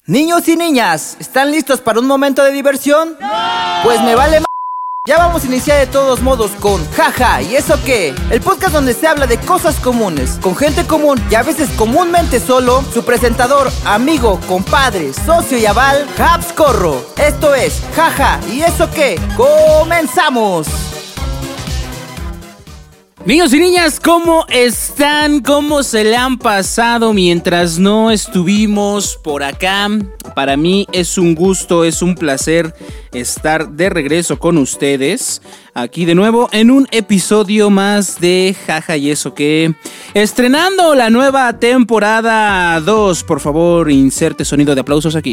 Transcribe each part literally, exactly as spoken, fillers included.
Niños y niñas, ¿están listos para un momento de diversión? ¡No! Pues me vale m***. Ya vamos a iniciar de todos modos con Jaja, ¿y eso qué? El podcast donde se habla de cosas comunes, con gente común y a veces comúnmente solo, su presentador, amigo, compadre, socio y aval, Habs Corro. Esto es Jaja, ¿y eso qué? ¡Comenzamos! Niños y niñas, ¿cómo están? ¿Cómo se le han pasado mientras no estuvimos por acá? Para mí es un gusto, es un placer estar de regreso con ustedes. Aquí de nuevo en un episodio más de Jaja y eso que... Estrenando la nueva temporada dos. Por favor, inserte sonido de aplausos aquí.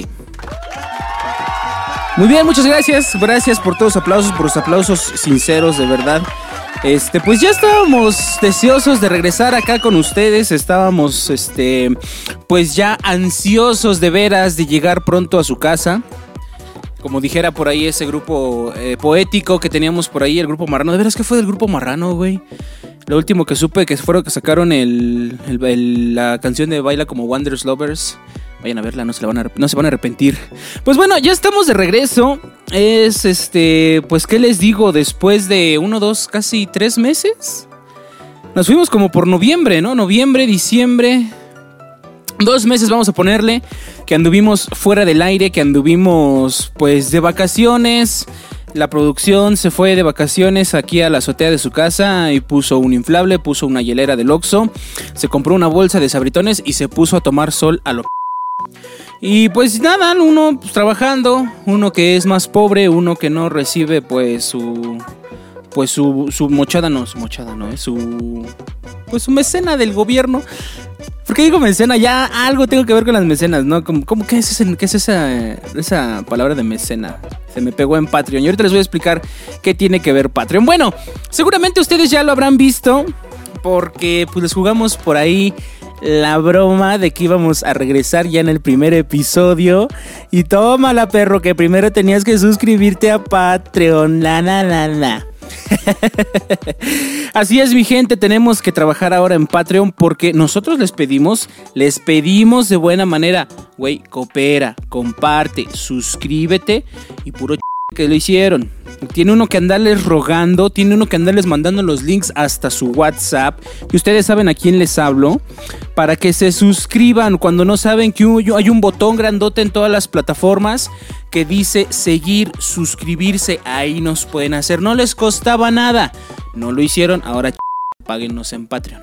Muy bien, muchas gracias. Gracias por todos los aplausos, por los aplausos sinceros, de verdad. Este, pues ya estábamos deseosos de regresar acá con ustedes. Estábamos, este, pues ya ansiosos de veras de llegar pronto a su casa. Como dijera por ahí ese grupo eh, poético que teníamos por ahí, el Grupo Marrano. ¿De veras qué fue del Grupo Marrano, güey? Lo último que supe que fueron que sacaron el, el, el, la canción de Baila como Wanderers Lovers. Vayan a verla, no se, la van a, no se van a arrepentir. Pues bueno, ya estamos de regreso. Es este, pues qué les digo, después de uno, dos, casi tres meses. Nos fuimos como por noviembre, ¿no? Noviembre, diciembre. Dos meses vamos a ponerle. Que anduvimos fuera del aire, que anduvimos pues de vacaciones. La producción se fue de vacaciones aquí a la azotea de su casa y puso un inflable, puso una hielera del Oxxo. Se compró una bolsa de sabritones y se puso a tomar sol a lo... Y pues nada, uno pues, trabajando, uno que es más pobre, uno que no recibe pues su pues su, su mochada, no, su mochada no, es su pues su mecena del gobierno. ¿Por qué digo mecena? Ya algo tengo que ver con las mecenas, ¿no? ¿Cómo, cómo qué es, ese, qué es esa, esa palabra de mecena? Se me pegó en Patreon y ahorita les voy a explicar qué tiene que ver Patreon. Bueno, seguramente ustedes ya lo habrán visto porque pues les jugamos por ahí la broma de que íbamos a regresar ya en el primer episodio. Y tómala, perro, que primero tenías que suscribirte a Patreon. La, la, la, la. Así es, mi gente, tenemos que trabajar ahora en Patreon porque nosotros les pedimos, les pedimos de buena manera. Güey, coopera, comparte, suscríbete y puro ch... que lo hicieron. Tiene uno que andarles rogando, tiene uno que andarles mandando los links hasta su WhatsApp. Y ustedes saben a quién les hablo. Para que se suscriban cuando no saben que hay un botón grandote en todas las plataformas que dice seguir, suscribirse. Ahí nos pueden hacer. No les costaba nada. No lo hicieron, ahora ch... páguennos en Patreon.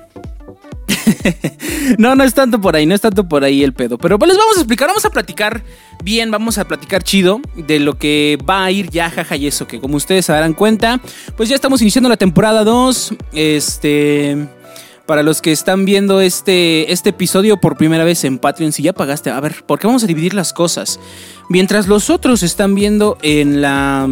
No, no es tanto por ahí, no es tanto por ahí el pedo. Pero pues les vamos a explicar, vamos a platicar bien, vamos a platicar chido de lo que va a ir ya, jaja, y eso que como ustedes se darán cuenta, pues ya estamos iniciando la temporada dos. Este... Para los que están viendo este, este episodio por primera vez en Patreon, si ya pagaste, a ver, porque vamos a dividir las cosas. Mientras los otros están viendo en la...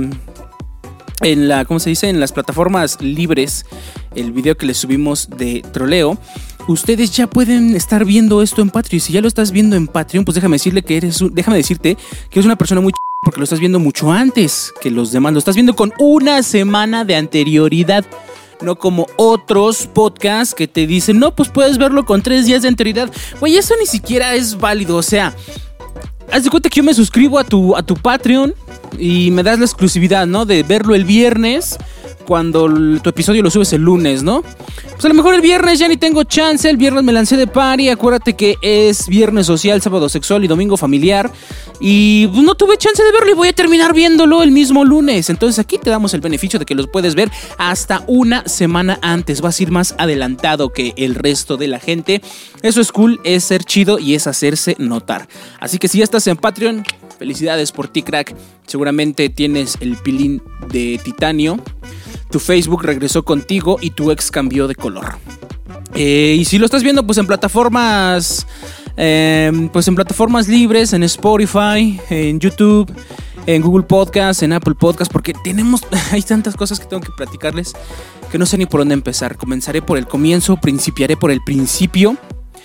En la, ¿cómo se dice? En las plataformas libres, el video que les subimos de troleo, ustedes ya pueden estar viendo esto en Patreon. Si ya lo estás viendo en Patreon, pues déjame decirle que eres un, déjame decirte que eres una persona muy ch... porque lo estás viendo mucho antes que los demás. Lo estás viendo con una semana de anterioridad. No como otros podcasts que te dicen, no, pues puedes verlo con tres días de anterioridad. Güey, eso ni siquiera es válido. O sea, haz de cuenta que yo me suscribo a tu, a tu Patreon y me das la exclusividad, ¿no? De verlo el viernes cuando el, tu episodio lo subes el lunes, ¿no? Pues a lo mejor el viernes ya ni tengo chance. El viernes me lancé de party. Acuérdate que es viernes social, sábado sexual y domingo familiar. Y pues, no tuve chance de verlo y voy a terminar viéndolo el mismo lunes. Entonces aquí te damos el beneficio de que los puedes ver hasta una semana antes. Vas a ir más adelantado que el resto de la gente. Eso es cool, es ser chido y es hacerse notar. Así que si ya estás en Patreon, felicidades por ti, crack. Seguramente tienes el pilín de titanio. Tu Facebook regresó contigo y tu ex cambió de color. Eh, y si lo estás viendo pues en plataformas... Eh, pues en plataformas libres, en Spotify, en YouTube, en Google Podcast, en Apple Podcast, porque tenemos, hay tantas cosas que tengo que platicarles que no sé ni por dónde empezar. Comenzaré por el comienzo, principiaré por el principio.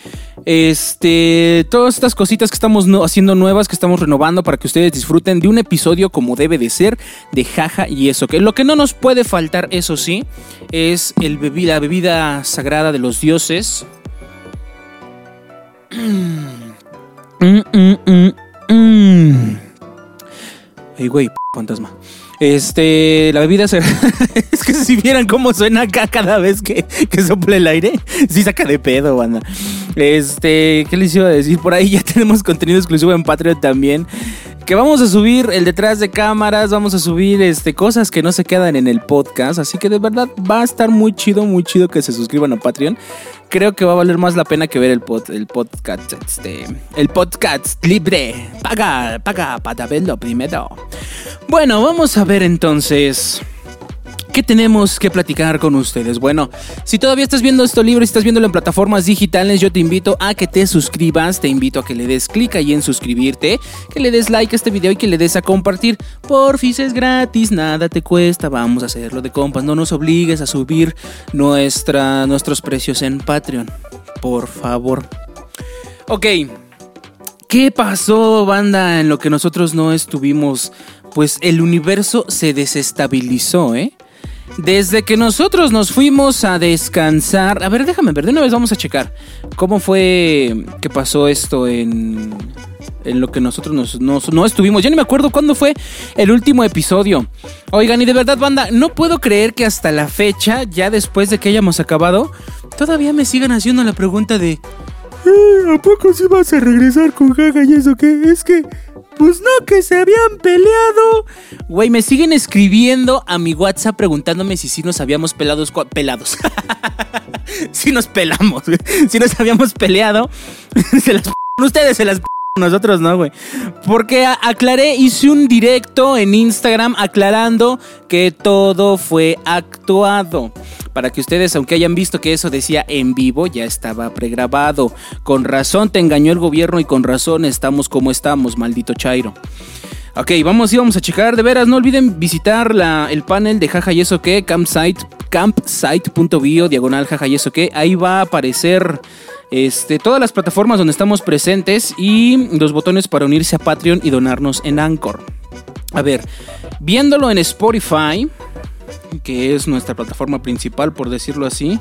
Este, todas estas cositas que estamos no, haciendo nuevas, que estamos renovando para que ustedes disfruten de un episodio como debe de ser, de jaja y eso. Que lo que no nos puede faltar, eso sí, es el bebida, la bebida sagrada de los dioses. Mm, mm, mm. Mmm. Ey, güey, p- fantasma. Este, la bebida se... Es que si vieran cómo suena acá cada vez que, que sopla el aire, sí saca de pedo, banda. Este, ¿qué les iba a decir? Por ahí ya tenemos contenido exclusivo en Patreon también. Que vamos a subir el detrás de cámaras, vamos a subir este, cosas que no se quedan en el podcast. Así que de verdad va a estar muy chido, muy chido que se suscriban a Patreon. Creo que va a valer más la pena que ver el, pod, el podcast, este, el podcast libre. Paga, paga para verlo primero. Bueno, vamos a ver entonces... ¿Qué tenemos que platicar con ustedes? Bueno, si todavía estás viendo esto libre, si estás viéndolo en plataformas digitales, yo te invito a que te suscribas, te invito a que le des clic ahí en suscribirte, que le des like a este video y que le des a compartir. Porfis, es gratis, nada te cuesta, vamos a hacerlo de compas, no nos obligues a subir nuestra, nuestros precios en Patreon, por favor. Ok, ¿qué pasó, banda, en lo que nosotros no estuvimos? Pues el universo se desestabilizó, ¿eh? Desde que nosotros nos fuimos a descansar... A ver, déjame ver, de una vez vamos a checar cómo fue que pasó esto en, en lo que nosotros nos, nos, no estuvimos. Ya ni me acuerdo cuándo fue el último episodio. Oigan, y de verdad, banda, no puedo creer que hasta la fecha, ya después de que hayamos acabado, todavía me sigan haciendo la pregunta de... Eh, ¿a poco sí vas a regresar con Jaja y eso qué? Es que... Pues no, que se habían peleado. Güey, me siguen escribiendo a mi WhatsApp preguntándome si sí nos habíamos pelado. Pelados. Si nos pelamos. Si nos habíamos peleado. Se las p***, ustedes se las p***, nosotros no, güey. Porque a- aclaré, hice un directo en Instagram aclarando que todo fue actuado. Para que ustedes, aunque hayan visto que eso decía en vivo, ya estaba pregrabado. Con razón te engañó el gobierno y con razón estamos como estamos, maldito Chairo. Ok, vamos y vamos a checar. De veras, no olviden visitar la, el panel de Jaja y eso que, campsite, campsite.bio, diagonal Jaja y eso que. Ahí va a aparecer este, todas las plataformas donde estamos presentes y los botones para unirse a Patreon y donarnos en Anchor. A ver, viéndolo en Spotify, que es nuestra plataforma principal, por decirlo así.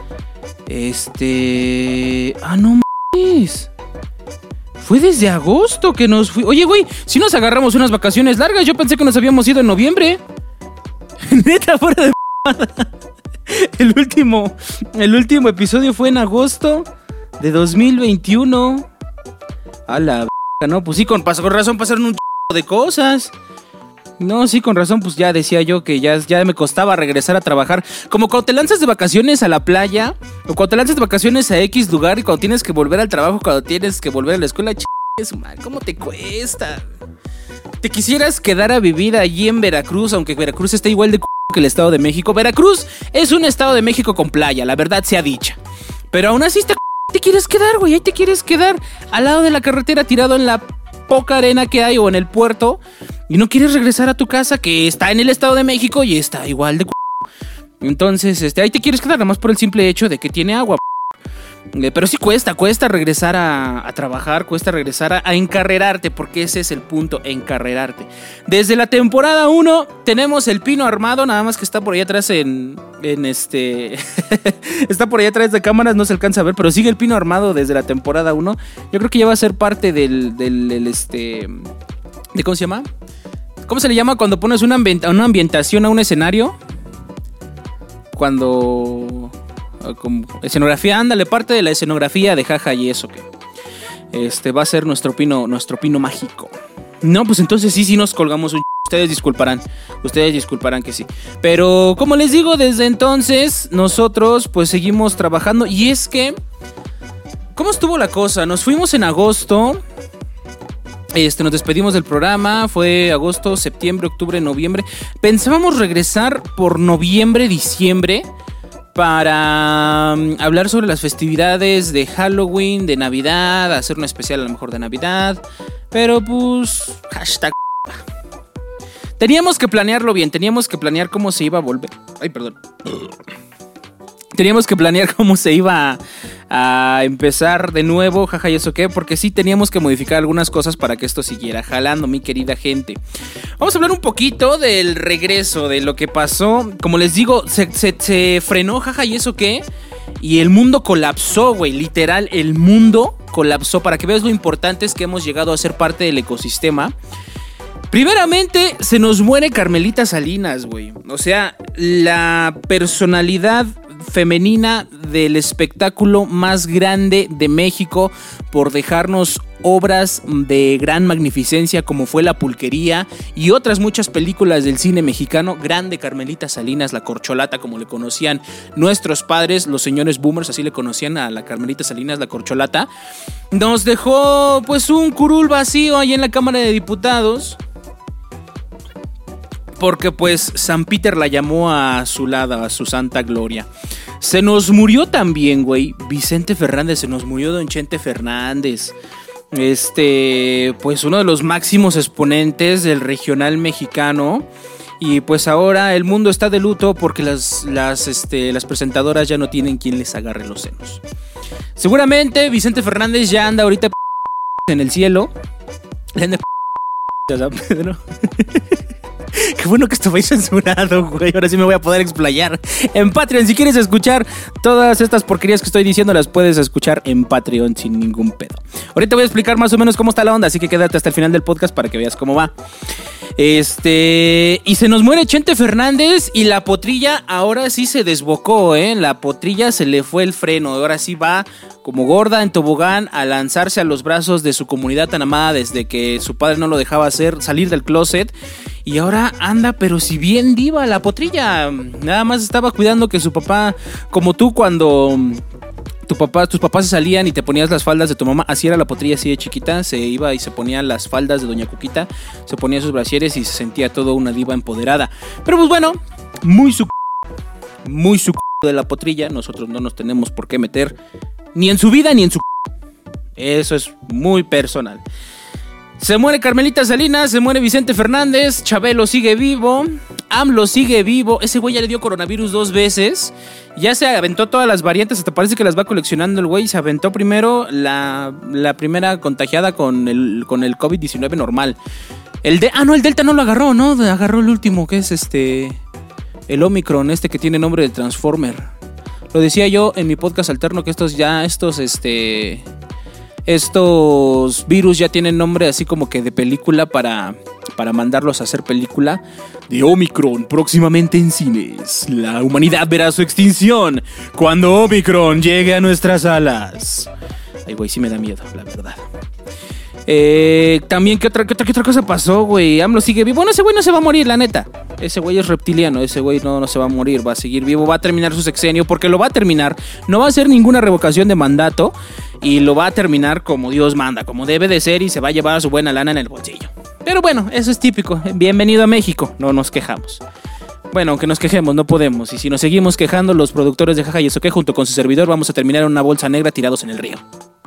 Este... Ah, no mames. Fue desde agosto que nos fui. Oye, güey, si nos agarramos unas vacaciones largas. Yo pensé que nos habíamos ido en noviembre. Neta, fuera de... El último... El último episodio fue en agosto de dos mil veintiuno. A la... No, pues sí, con, con razón pasaron un ch... de cosas. No, sí, con razón, pues ya decía yo que ya, ya me costaba regresar a trabajar. Como cuando te lanzas de vacaciones a la playa, o cuando te lanzas de vacaciones a X lugar y cuando tienes que volver al trabajo, cuando tienes que volver a la escuela, ch... ¿cómo te cuesta? Te quisieras quedar a vivir allí en Veracruz, aunque Veracruz está igual de c... que el Estado de México. Veracruz es un Estado de México con playa, la verdad sea dicha. Pero aún así te, te quieres quedar, güey, ahí te quieres quedar al lado de la carretera tirado en la poca arena que hay o en el puerto. Y no quieres regresar a tu casa que está en el Estado de México y está igual de c... Entonces, este, ahí te quieres quedar nada más por el simple hecho de que tiene agua. Eh, pero sí cuesta, cuesta regresar a, a trabajar, cuesta regresar a, a encarrerarte, porque ese es el punto, encarrerarte. Desde la temporada uno tenemos el pino armado, nada más que está por ahí atrás en, en este... está por ahí atrás de cámaras, no se alcanza a ver, pero sigue el pino armado desde la temporada uno. Yo creo que ya va a ser parte del, del, del este... ¿de cómo se llama? ¿Cómo se le llama cuando pones una, ambient- una ambientación a un escenario? Cuando... Como escenografía, ándale, parte de la escenografía de Jaja y eso que este va a ser nuestro pino, nuestro pino mágico. No, pues entonces sí, sí nos colgamos un... Ustedes disculparán, ustedes disculparán que sí. Pero como les digo, desde entonces nosotros pues seguimos trabajando. Y es que... ¿Cómo estuvo la cosa? Nos fuimos en agosto. Este, nos despedimos del programa. Fue agosto, septiembre, octubre, noviembre. Pensábamos regresar por noviembre, diciembre, para um, hablar sobre las festividades de Halloween, de Navidad, hacer un especial a lo mejor de Navidad. Pero pues... Hashtag... Teníamos que planearlo bien, teníamos que planear cómo se iba a volver... Ay, perdón. Teníamos que planear cómo se iba a, a empezar de nuevo, jaja, y eso qué, porque sí teníamos que modificar algunas cosas para que esto siguiera jalando, mi querida gente. Vamos a hablar un poquito del regreso, de lo que pasó. Como les digo, se, se, se frenó, jaja, y eso qué, y el mundo colapsó, güey, literal, el mundo colapsó. Para que veas lo importante es que hemos llegado a ser parte del ecosistema. Primeramente, se nos muere Carmelita Salinas, güey. O sea, la personalidad femenina del espectáculo más grande de México, por dejarnos obras de gran magnificencia como fue La Pulquería y otras muchas películas del cine mexicano. Grande Carmelita Salinas, la corcholata, como le conocían nuestros padres, los señores boomers, así le conocían a la Carmelita Salinas, la corcholata. Nos dejó pues un curul vacío ahí en la Cámara de Diputados, porque pues San Peter la llamó a su lado, a su santa gloria. Se nos murió también, güey, Vicente Fernández, se nos murió Don Chente Fernández. Este, pues uno de los máximos exponentes del regional mexicano. Y pues ahora el mundo está de luto porque las, las, este, las presentadoras ya no tienen quien les agarre los senos. Seguramente Vicente Fernández ya anda ahorita en el cielo. Le anda San Pedro. Qué bueno que estuve censurado, güey. Ahora sí me voy a poder explayar en Patreon. Si quieres escuchar todas estas porquerías que estoy diciendo, las puedes escuchar en Patreon sin ningún pedo. Ahorita voy a explicar más o menos cómo está la onda, así que quédate hasta el final del podcast para que veas cómo va. Este... Y se nos muere Chente Fernández y la potrilla ahora sí se desbocó, ¿eh? La potrilla se le fue el freno. Ahora sí va como gorda en tobogán a lanzarse a los brazos de su comunidad tan amada desde que su padre no lo dejaba hacer, salir del closet. Y ahora anda, pero si bien diva la potrilla. Nada más estaba cuidando que su papá, como tú cuando tu papá, tus papás se salían y te ponías las faldas de tu mamá, así era la potrilla, así de chiquita, se iba y se ponía las faldas de doña Cuquita, se ponía sus brasieres y se sentía todo una diva empoderada. Pero pues bueno, muy su muy su de la potrilla, nosotros no nos tenemos por qué meter ni en su vida ni en su eso es muy personal. Se muere Carmelita Salinas, se muere Vicente Fernández, Chabelo sigue vivo, AMLO sigue vivo, ese güey ya le dio coronavirus dos veces, ya se aventó todas las variantes, hasta parece que las va coleccionando el güey, se aventó primero la, la primera contagiada con el, con el COVID diecinueve normal. El de, ah no, el Delta no lo agarró, ¿no? Agarró el último, que es este, el Omicron, este que tiene nombre de Transformer. Lo decía yo en mi podcast alterno que estos ya, estos este... Estos virus ya tienen nombre así como que de película para, para mandarlos a hacer película. De Omicron, próximamente en cines. La humanidad verá su extinción cuando Omicron llegue a nuestras salas. Ay, güey, sí me da miedo, la verdad. Eh, también, ¿qué otra, qué, otra, ¿qué otra cosa pasó, güey? AMLO sigue vivo. Bueno, ese güey no se va a morir, la neta. Ese güey es reptiliano, ese güey no, no se va a morir, va a seguir vivo, va a terminar su sexenio, porque lo va a terminar. No va a hacer ninguna revocación de mandato y lo va a terminar como Dios manda, como debe de ser, y se va a llevar a su buena lana en el bolsillo. Pero bueno, eso es típico. Bienvenido a México, no nos quejamos. Bueno, aunque nos quejemos, no podemos. Y si nos seguimos quejando, los productores de Jaja y Eso Que, junto con su servidor, vamos a terminar en una bolsa negra tirados en el río.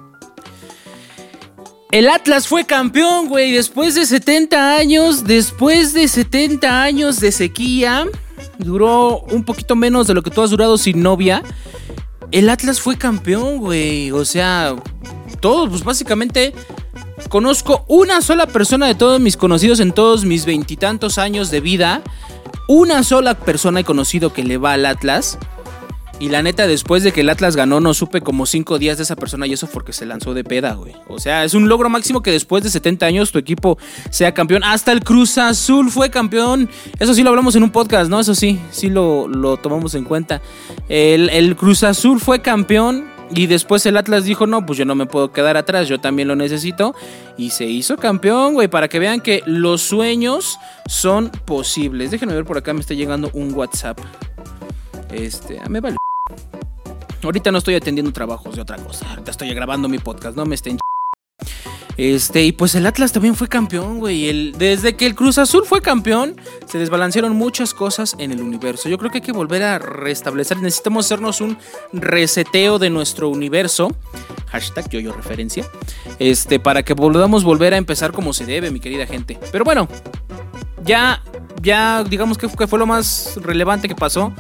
El Atlas fue campeón, güey, después de setenta años, después de setenta años de sequía, duró un poquito menos de lo que tú has durado sin novia. El Atlas fue campeón, güey, o sea, todos, pues básicamente, conozco una sola persona de todos mis conocidos en todos mis veintitantos años de vida, una sola persona he conocido que le va al Atlas. Y la neta, después de que el Atlas ganó, no supe como cinco días de esa persona, y eso porque se lanzó de peda, güey. O sea, es un logro máximo que después de setenta años tu equipo sea campeón. Hasta el Cruz Azul fue campeón. Eso sí lo hablamos en un podcast, ¿no? Eso sí, sí lo, lo tomamos en cuenta. El, el Cruz Azul fue campeón y después el Atlas dijo, no, pues yo no me puedo quedar atrás, yo también lo necesito. Y se hizo campeón, güey, para que vean que los sueños son posibles. Déjenme ver, por acá me está llegando un WhatsApp. Este, me vale. Ahorita no estoy atendiendo trabajos de otra cosa. Ahorita estoy grabando mi podcast, no me estén ch... Este, y pues el Atlas también fue campeón, güey. El, desde que el Cruz Azul fue campeón, se desbalancearon muchas cosas en el universo. Yo creo que hay que volver a restablecer. Necesitamos hacernos un reseteo de nuestro universo. Hashtag yo-yo referencia. Este, para que podamos volver a empezar como se debe, mi querida gente. Pero bueno, ya, ya digamos que fue lo más relevante que pasó.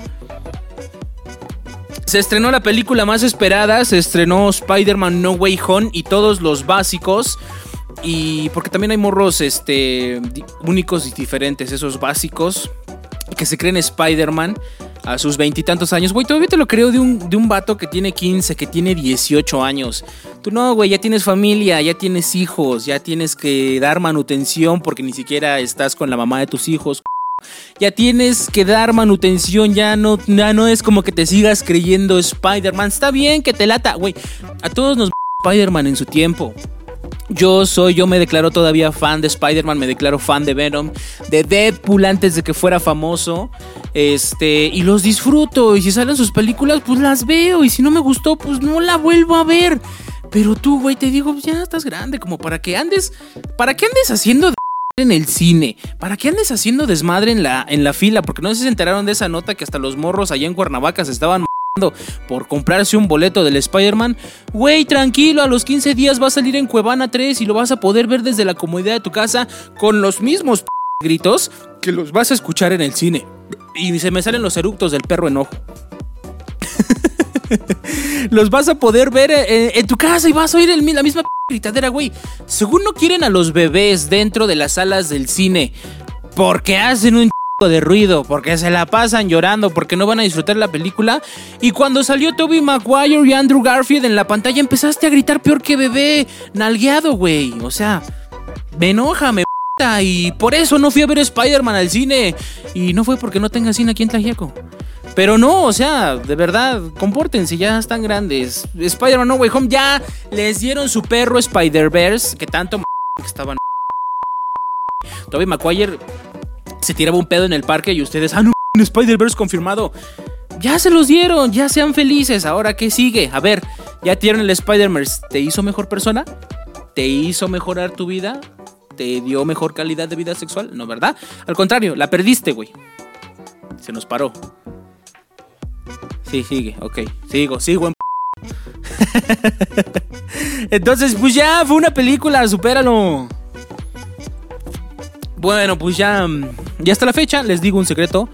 Se estrenó la película más esperada, se estrenó Spider-Man No Way Home y todos los básicos. Y porque también hay morros este, únicos y diferentes, esos básicos que se creen Spider-Man. a sus veintitantos años. Güey, todavía te lo creo de un, de un vato que tiene quince, que tiene dieciocho años. Tú no, güey, ya tienes familia, ya tienes hijos, ya tienes que dar manutención porque ni siquiera estás con la mamá de tus hijos. Ya tienes que dar manutención, ya no, ya no es como que te sigas creyendo Spider-Man. Está bien que te lata, güey. A todos nos Spider-Man en su tiempo. Yo soy, yo me declaro todavía fan de Spider-Man, me declaro fan de Venom, de Deadpool antes de que fuera famoso. Este, y los disfruto. Y si salen sus películas, pues las veo. Y si no me gustó, pues no la vuelvo a ver. Pero tú, güey, te digo, ya estás grande, como para que andes, para que andes haciendo de en el cine, para que andes haciendo desmadre en la, en la fila, porque no sé si se enteraron de esa nota que hasta los morros allá en Cuernavaca se estaban por comprarse un boleto del Spider-Man. Güey, tranquilo, a los quince días va a salir en Cuevana tres y lo vas a poder ver desde la comodidad de tu casa con los mismos p- gritos que los vas a escuchar en el cine. Y se me salen los eructos del perro enojo. Los vas a poder ver en, en tu casa y vas a oír el, la misma p- gritadera, güey. Según no quieren a los bebés dentro de las salas del cine porque hacen un de ruido, porque se la pasan llorando, porque no van a disfrutar la película. Y cuando salió Tobey Maguire y Andrew Garfield en la pantalla, empezaste a gritar peor que bebé nalgueado, güey. O sea, me enoja, me p***, y por eso no fui a ver Spider-Man al cine. Y no fue porque no tenga cine aquí en Tlaxiaco. Pero no, o sea, de verdad, compórtense, ya están grandes. Spider-Man No Way Home ya les dieron su perro Spider-Verse, que tanto m- que estaban. Tobey Maguire se tiraba un pedo en el parque y ustedes, ah, no, Spider-Verse confirmado. Ya se los dieron, ya sean felices. Ahora, ¿qué sigue? A ver, ya te dieron el Spider-Verse. ¿Te hizo mejor persona? ¿Te hizo mejorar tu vida? ¿Te dio mejor calidad de vida sexual? No, ¿verdad? Al contrario, la perdiste, güey. Se nos paró. Sí, sigue, ok. Sigo, sigo en... Entonces, pues ya, fue una película, supéralo. Bueno, pues ya, ya hasta la fecha, les digo un secreto.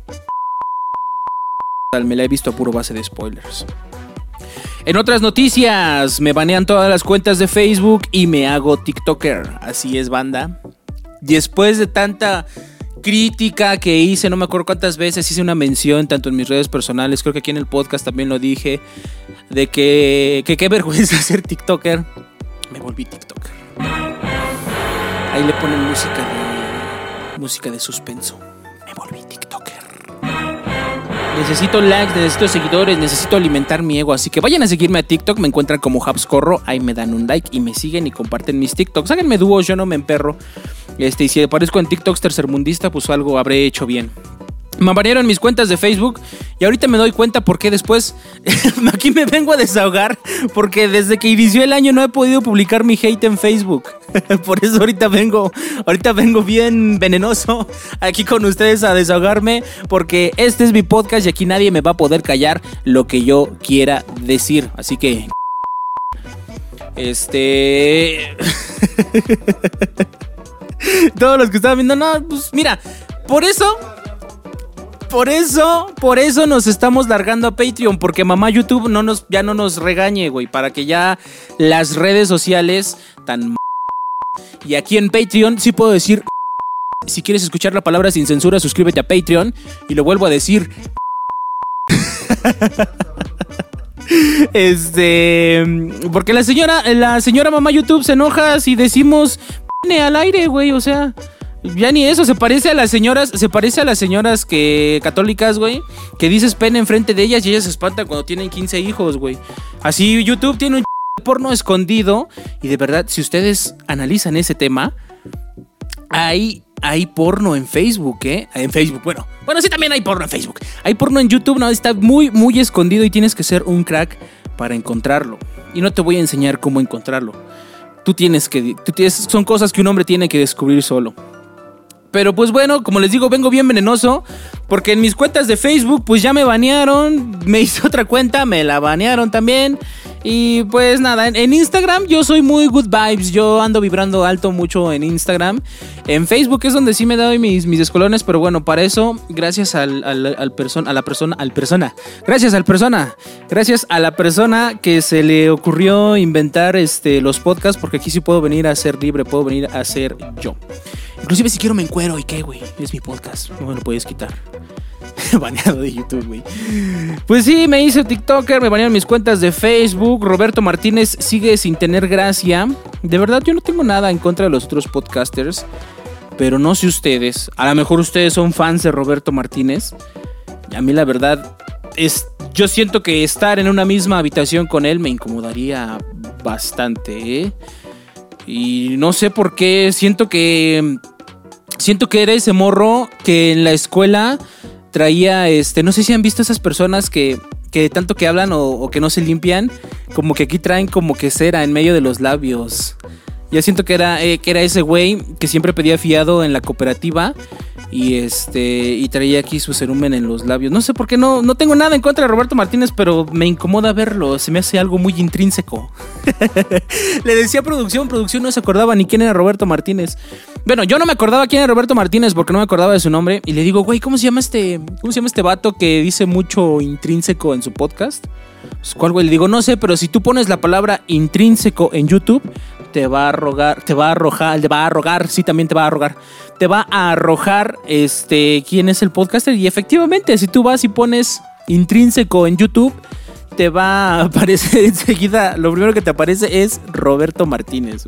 Me la he visto a puro base de spoilers. En otras noticias, me banean todas las cuentas de Facebook y me hago TikToker. Así es, banda. Después de tanta crítica que hice, no me acuerdo cuántas veces hice una mención, tanto en mis redes personales, creo que aquí en el podcast también lo dije, de que, que qué vergüenza ser TikToker. Me volví TikToker. Ahí le ponen música de, música de suspenso. Me volví TikToker. Necesito likes, necesito seguidores, necesito alimentar mi ego. Así que vayan a seguirme a TikTok, me encuentran como Habscorro. Ahí me dan un like y me siguen y comparten mis TikToks. Háganme dúos, yo no me emperro. Este, y si aparezco en TikToks tercermundista, pues algo habré hecho bien. Me banearon mis cuentas de Facebook y ahorita me doy cuenta por qué después aquí me vengo a desahogar, porque desde que inició el año no he podido publicar mi hate en Facebook. Por eso ahorita vengo, ahorita vengo bien venenoso aquí con ustedes a desahogarme, porque este es mi podcast y aquí nadie me va a poder callar lo que yo quiera decir. Así que este todos los que estaban viendo, no, pues mira, por eso Por eso, por eso nos estamos largando a Patreon, porque mamá YouTube no nos, ya no nos regañe, güey, para que ya las redes sociales tan... Y aquí en Patreon sí puedo decir, si quieres escuchar la palabra sin censura, suscríbete a Patreon, y lo vuelvo a decir. Este, porque la señora, la señora mamá YouTube se enoja si decimos al aire, güey, o sea... Ya ni eso, se parece a las señoras, se parece a las señoras que católicas, güey, que dices pene enfrente de ellas y ellas se espantan cuando tienen quince hijos, güey. Así YouTube tiene un porno escondido y de verdad, si ustedes analizan ese tema, hay, hay porno en Facebook, ¿eh? En Facebook, bueno, bueno, sí también hay porno en Facebook. Hay porno en YouTube, no, está muy, muy escondido y tienes que ser un crack para encontrarlo. Y no te voy a enseñar cómo encontrarlo. Tú tienes que, tú tienes, son cosas que un hombre tiene que descubrir solo. Pero pues bueno, como les digo, vengo bien venenoso, porque en mis cuentas de Facebook pues ya me banearon, me hice otra cuenta, me la banearon también. Y pues nada, en, en Instagram yo soy muy good vibes, yo ando vibrando alto mucho en Instagram. En Facebook es donde sí me doy mis, mis descolones, pero bueno, para eso, gracias al, al, al persona, a la persona, al persona, gracias al persona, gracias a la persona que se le ocurrió inventar este, los podcasts, porque aquí sí puedo venir a ser libre, puedo venir a ser yo. Inclusive si quiero me encuero y qué, güey, es mi podcast, no me lo puedes quitar. Baneado de YouTube, güey. Pues sí, me hice TikToker, me banearon mis cuentas de Facebook. Roberto Martínez sigue sin tener gracia. De verdad, yo no tengo nada en contra de los otros podcasters, pero no sé ustedes. A lo mejor ustedes son fans de Roberto Martínez. A mí la verdad es... Yo siento que estar en una misma habitación con él me incomodaría bastante, ¿eh? Y no sé por qué, siento que... Siento que era ese morro que en la escuela traía, este... No sé si han visto esas personas que... Que tanto que hablan o, o que no se limpian, como que aquí traen como que cera en medio de los labios. Ya siento que era, eh, que era ese güey que siempre pedía fiado en la cooperativa y este y traía aquí su cerumen en los labios. No sé por qué, no, no tengo nada en contra de Roberto Martínez, pero me incomoda verlo, se me hace algo muy intrínseco. Le decía a producción, producción no se acordaba ni quién era Roberto Martínez. Bueno, yo no me acordaba quién era Roberto Martínez porque no me acordaba de su nombre. Y le digo, güey, ¿cómo se llama este, cómo se llama este vato que dice mucho intrínseco en su podcast? Pues, ¿cuál, güey? Le digo, no sé, pero si tú pones la palabra intrínseco en YouTube, te va a arrogar, te va a arrojar, te va a arrogar, sí, también te va a arrogar, te va a arrojar, este, quién es el podcaster. Y efectivamente, si tú vas y pones intrínseco en YouTube, te va a aparecer enseguida, lo primero que te aparece es Roberto Martínez.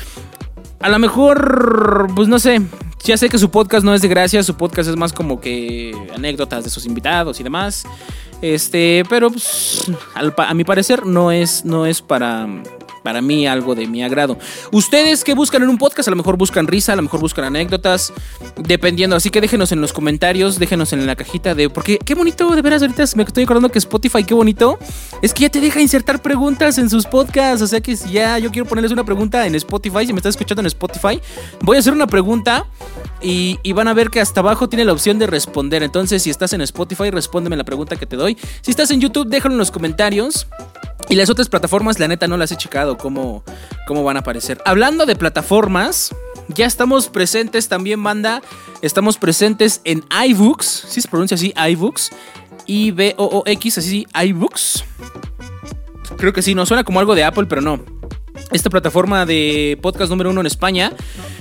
A lo mejor, pues no sé, ya sé que su podcast no es de gracia, su podcast es más como que anécdotas de sus invitados y demás. Este, pero pues, al, a mi parecer no es, no es para, para mí algo de mi agrado. ¿Ustedes qué buscan en un podcast? A lo mejor buscan risa, a lo mejor buscan anécdotas, dependiendo. Así que déjenos en los comentarios, déjenos en la cajita de... Porque qué bonito, de veras, ahorita me estoy acordando que Spotify, qué bonito, es que ya te deja insertar preguntas en sus podcasts. O sea que si ya yo quiero ponerles una pregunta en Spotify, si me estás escuchando en Spotify, voy a hacer una pregunta y, y van a ver que hasta abajo tiene la opción de responder. Entonces, si estás en Spotify, respóndeme la pregunta que te doy. Si estás en YouTube, déjalo en los comentarios. Y las otras plataformas, la neta, no las he checado cómo, cómo van a aparecer. Hablando de plataformas, ya estamos presentes también, banda. Estamos presentes en iBooks. ¿Sí se pronuncia así? iBooks. I B O O X, así, iBooks. Creo que sí, no suena como algo de Apple, pero no. Esta plataforma de podcast número uno en España.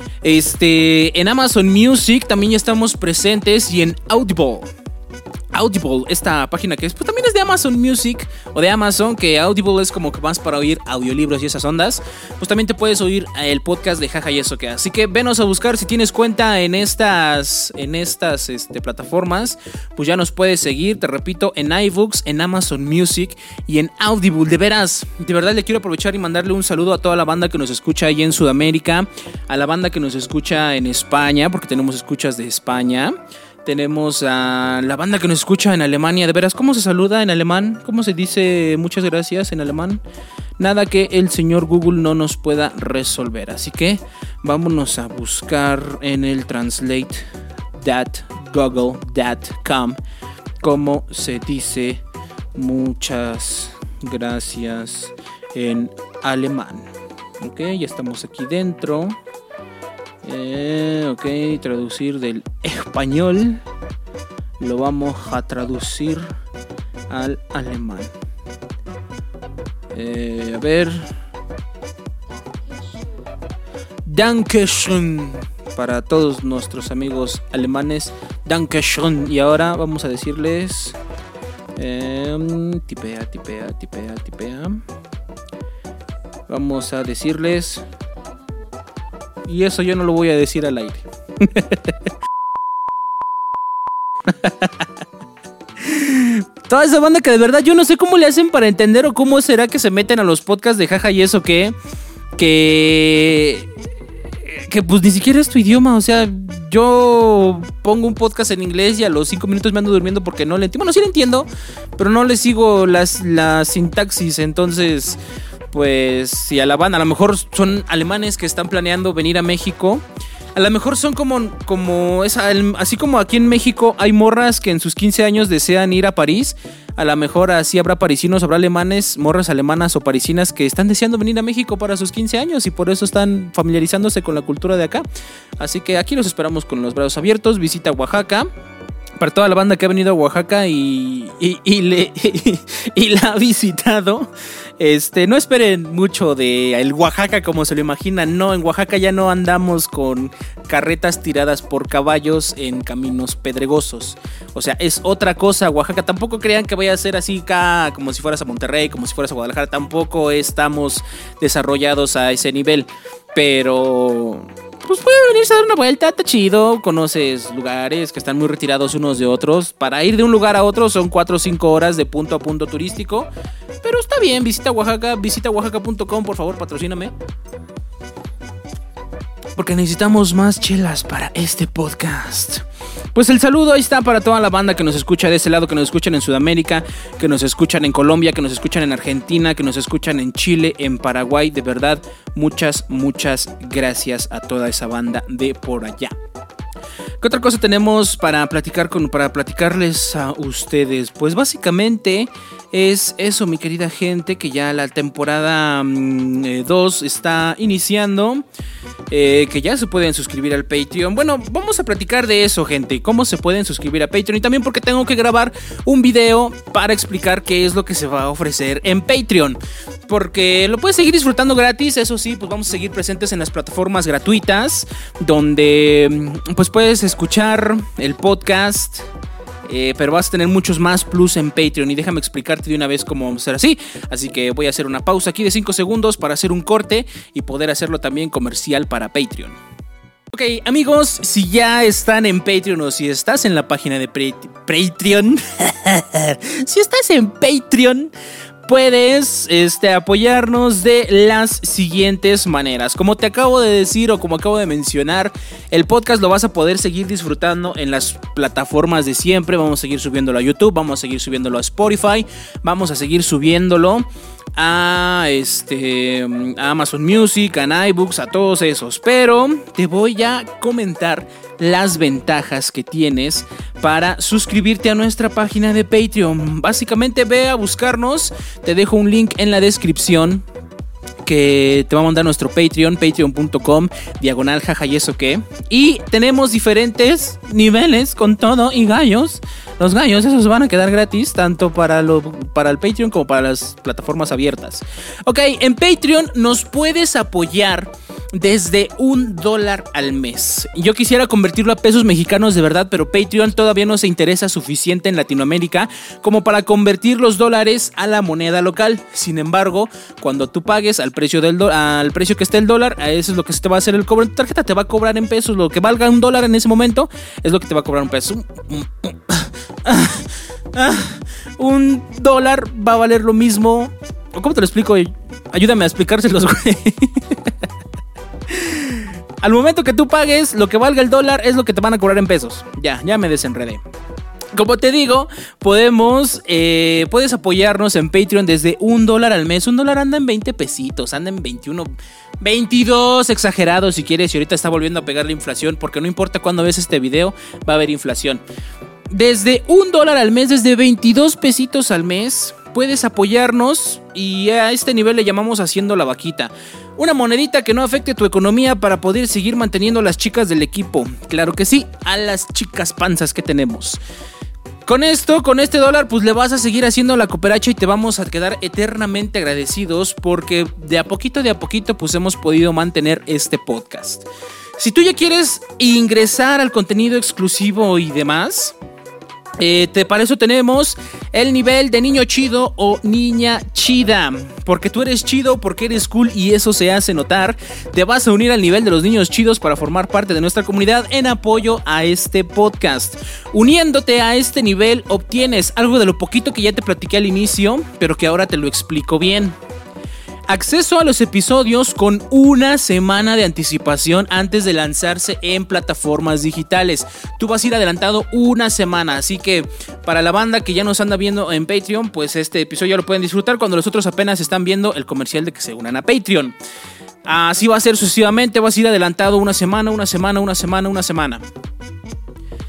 Este, en Amazon Music también ya estamos presentes y en Audible. Audible, esta página que es, pues también es de Amazon Music o de Amazon, que Audible es como que más para oír audiolibros y esas ondas. Pues también te puedes oír el podcast de Jaja y Eso Que. Así que venos a buscar si tienes cuenta en estas, en estas este, plataformas. Pues ya nos puedes seguir, te repito, en iBooks, en Amazon Music y en Audible. De veras, de verdad le quiero aprovechar y mandarle un saludo a toda la banda que nos escucha ahí en Sudamérica, a la banda que nos escucha en España, porque tenemos escuchas de España. Tenemos a la banda que nos escucha en Alemania. De veras, ¿cómo se saluda en alemán? ¿Cómo se dice muchas gracias en alemán? Nada que el señor Google no nos pueda resolver. Así que vámonos a buscar en el translate punto google punto com cómo se dice muchas gracias en alemán. Ok, ya estamos aquí dentro. Eh, ok, traducir del español. Lo vamos a traducir al alemán. Eh, a ver. Dankeschön para todos nuestros amigos alemanes. Dankeschön. Y ahora vamos a decirles. Eh, tipea, tipea, tipea, tipea. Vamos a decirles. Y eso yo no lo voy a decir al aire. Toda esa banda que de verdad yo no sé cómo le hacen para entender o cómo será que se meten a los podcasts de Jaja y Eso Que. Que... Que pues ni siquiera es tu idioma. O sea, yo pongo un podcast en inglés y a los cinco minutos me ando durmiendo porque no le entiendo. Bueno, sí le entiendo, pero no le sigo las, la sintaxis. Entonces... Pues si a la banda, a lo mejor son alemanes que están planeando venir a México. A lo mejor son como, como esa, así como aquí en México hay morras que en sus quince años desean ir a París. A lo mejor así habrá parisinos, habrá alemanes, morras alemanas o parisinas que están deseando venir a México para sus quince años y por eso están familiarizándose con la cultura de acá. Así que aquí los esperamos con los brazos abiertos. Visita Oaxaca. para toda la banda que ha venido a Oaxaca y, y, y, le, y, y la ha visitado, este, no esperen mucho de el Oaxaca como se lo imaginan. No, en Oaxaca ya no andamos con carretas tiradas por caballos en caminos pedregosos. O sea, es otra cosa. Oaxaca, tampoco crean que vaya a ser así acá, como si fueras a Monterrey, como si fueras a Guadalajara. Tampoco estamos desarrollados a ese nivel. Pero pues puede venirse a dar una vuelta, está chido. Conoces lugares que están muy retirados unos de otros. Para ir de un lugar a otro son cuatro o cinco horas de punto a punto turístico. Pero está bien, visita Oaxaca, visita oaxaca punto com, por favor, patrocíname. Porque necesitamos más chelas para este podcast. Pues el saludo ahí está para toda la banda que nos escucha de ese lado, que nos escuchan en Sudamérica, que nos escuchan en Colombia, que nos escuchan en Argentina, que nos escuchan en Chile, en Paraguay. De verdad, muchas, muchas gracias a toda esa banda de por allá. ¿Qué otra cosa tenemos para platicar con, para platicarles a ustedes? Pues básicamente es eso, mi querida gente, que ya la temporada dos está iniciando, eh, que ya se pueden suscribir al Patreon. Bueno, vamos a platicar de eso, gente, cómo se pueden suscribir a Patreon, y también porque tengo que grabar un video para explicar qué es lo que se va a ofrecer en Patreon, porque lo puedes seguir disfrutando gratis. Eso sí, pues vamos a seguir presentes en las plataformas gratuitas, donde pues puedes escuchar el podcast, eh, pero vas a tener muchos más plus en Patreon. Y déjame explicarte de una vez cómo vamos a hacer así. Así que voy a hacer una pausa aquí de cinco segundos para hacer un corte y poder hacerlo también comercial para Patreon. Ok, amigos, si ya están en Patreon o si estás en la página de Patreon, si estás en Patreon, puedes este, apoyarnos de las siguientes maneras. Como te acabo de decir o como acabo de mencionar, el podcast lo vas a poder seguir disfrutando en las plataformas de siempre. Vamos a seguir subiéndolo a YouTube, vamos a seguir subiéndolo a Spotify, vamos a seguir subiéndolo a, este, a Amazon Music, a iBooks, a todos esos. Pero te voy a comentar las ventajas que tienes para suscribirte a nuestra página de Patreon. Básicamente ve a buscarnos, te dejo un link en la descripción que te va a mandar nuestro Patreon, patreon punto com, diagonal jaja y eso qué. Y tenemos diferentes niveles con todo y gallos. Los gallos esos van a quedar gratis, tanto para, lo, para el Patreon como para las plataformas abiertas. Ok, en Patreon nos puedes apoyar desde un dólar al mes. Yo quisiera convertirlo a pesos mexicanos de verdad, pero Patreon todavía no se interesa suficiente en Latinoamérica como para convertir los dólares a la moneda local. Sin embargo, cuando tú pagues al precio del do- al precio que esté el dólar, eso es lo que se te va a hacer el cobro. Tu tarjeta te va a cobrar en pesos. Lo que valga un dólar en ese momento es lo que te va a cobrar un peso. Un dólar va a valer lo mismo. ¿Cómo te lo explico? Ayúdame a explicárselos, güey. Al momento que tú pagues, lo que valga el dólar es lo que te van a cobrar en pesos. Ya, ya me desenredé. Como te digo, podemos, eh, puedes apoyarnos en Patreon desde un dólar al mes. Un dólar anda en veinte pesitos, anda en veintiuno, veintidós, exagerado si quieres. Y ahorita está volviendo a pegar la inflación, porque no importa cuándo ves este video, va a haber inflación. Desde un dólar al mes, desde veintidós pesitos al mes, puedes apoyarnos, y a este nivel le llamamos haciendo la vaquita. Una monedita que no afecte tu economía para poder seguir manteniendo a las chicas del equipo. Claro que sí, a las chicas panzas que tenemos. Con esto, con este dólar, pues le vas a seguir haciendo la cooperacha y te vamos a quedar eternamente agradecidos, porque de a poquito, de a poquito, pues hemos podido mantener este podcast. Si tú ya quieres ingresar al contenido exclusivo y demás, Eh, te, para eso tenemos el nivel de niño chido o niña chida. Porque tú eres chido, porque eres cool y eso se hace notar. Te vas a unir al nivel de los niños chidos para formar parte de nuestra comunidad en apoyo a este podcast. Uniéndote a este nivel obtienes algo de lo poquito que ya te platiqué al inicio, pero que ahora te lo explico bien. Acceso a los episodios con una semana de anticipación antes de lanzarse en plataformas digitales. Tú vas a ir adelantado una semana, así que para la banda que ya nos anda viendo en Patreon, pues este episodio ya lo pueden disfrutar cuando los otros apenas están viendo el comercial de que se unan a Patreon. Así va a ser sucesivamente, vas a ir adelantado una semana, una semana, una semana, una semana.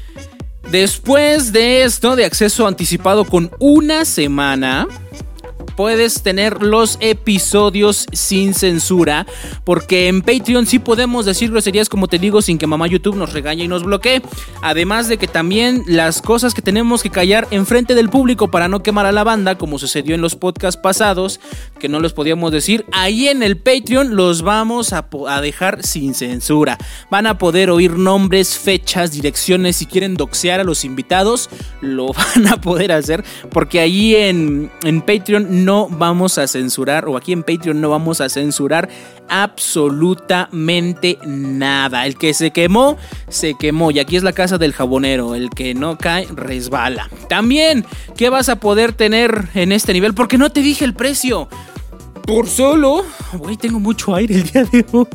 Después de esto, de acceso anticipado con una semana, puedes tener los episodios sin censura, porque en Patreon sí podemos decir groserías, como te digo, sin que mamá YouTube nos regañe y nos bloquee. Además de que también las cosas que tenemos que callar enfrente del público para no quemar a la banda, como sucedió en los podcasts pasados, que no los podíamos decir, ahí en el Patreon los vamos a, a dejar sin censura. Van a poder oír nombres, fechas, direcciones. Si quieren doxear a los invitados, lo van a poder hacer, porque ahí en, en Patreon no vamos a censurar, o aquí en Patreon no vamos a censurar absolutamente nada. El que se quemó, se quemó, y aquí es la casa del jabonero. El que no cae, resbala. También, ¿qué vas a poder tener en este nivel? Porque no te dije el precio. Por solo, güey, tengo mucho aire el día de hoy.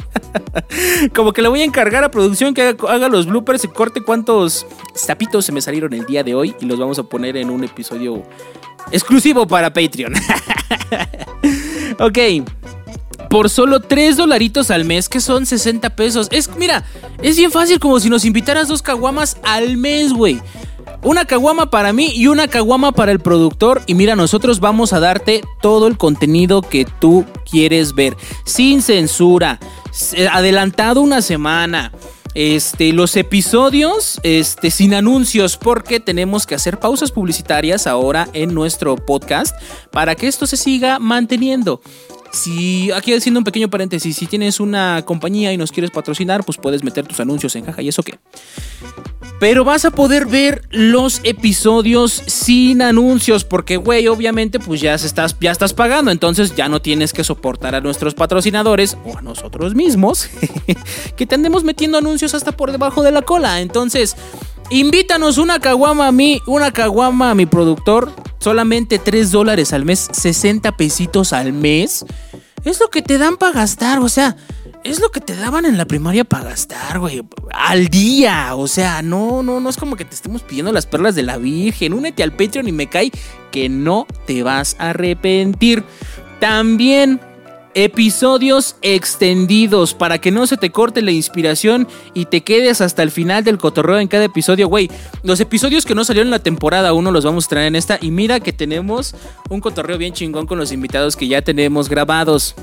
Como que le voy a encargar a producción que haga, haga los bloopers y corte cuántos zapitos se me salieron el día de hoy, y los vamos a poner en un episodio exclusivo para Patreon. Ok, por solo tres dolaritos al mes, que son sesenta pesos. Es, mira, es bien fácil, como si nos invitaras dos caguamas al mes, güey. Una caguama para mí y una caguama para el productor. Y mira, nosotros vamos a darte todo el contenido que tú quieres ver, sin censura, adelantado una semana. Este, los episodios este, sin anuncios, porque tenemos que hacer pausas publicitarias ahora en nuestro podcast para que esto se siga manteniendo. Si, aquí haciendo un pequeño paréntesis, si tienes una compañía y nos quieres patrocinar, pues puedes meter tus anuncios en Jaja y eso qué. Pero vas a poder ver los episodios sin anuncios, porque, güey, obviamente, pues ya estás, ya estás pagando. Entonces ya no tienes que soportar a nuestros patrocinadores o a nosotros mismos que te andemos metiendo anuncios hasta por debajo de la cola. Entonces, invítanos una caguama a mí, una caguama a mi productor. Solamente tres dólares al mes, sesenta pesitos al mes. Es lo que te dan para gastar, o sea... Es lo que te daban en la primaria para gastar, güey. Al día. O sea, no, no, no es como que te estemos pidiendo las perlas de la Virgen. Únete al Patreon y me cae que no te vas a arrepentir. También episodios extendidos para que no se te corte la inspiración y te quedes hasta el final del cotorreo en cada episodio, güey. Los episodios que no salieron en la temporada uno los vamos a traer en esta. Y mira que tenemos un cotorreo bien chingón con los invitados que ya tenemos grabados.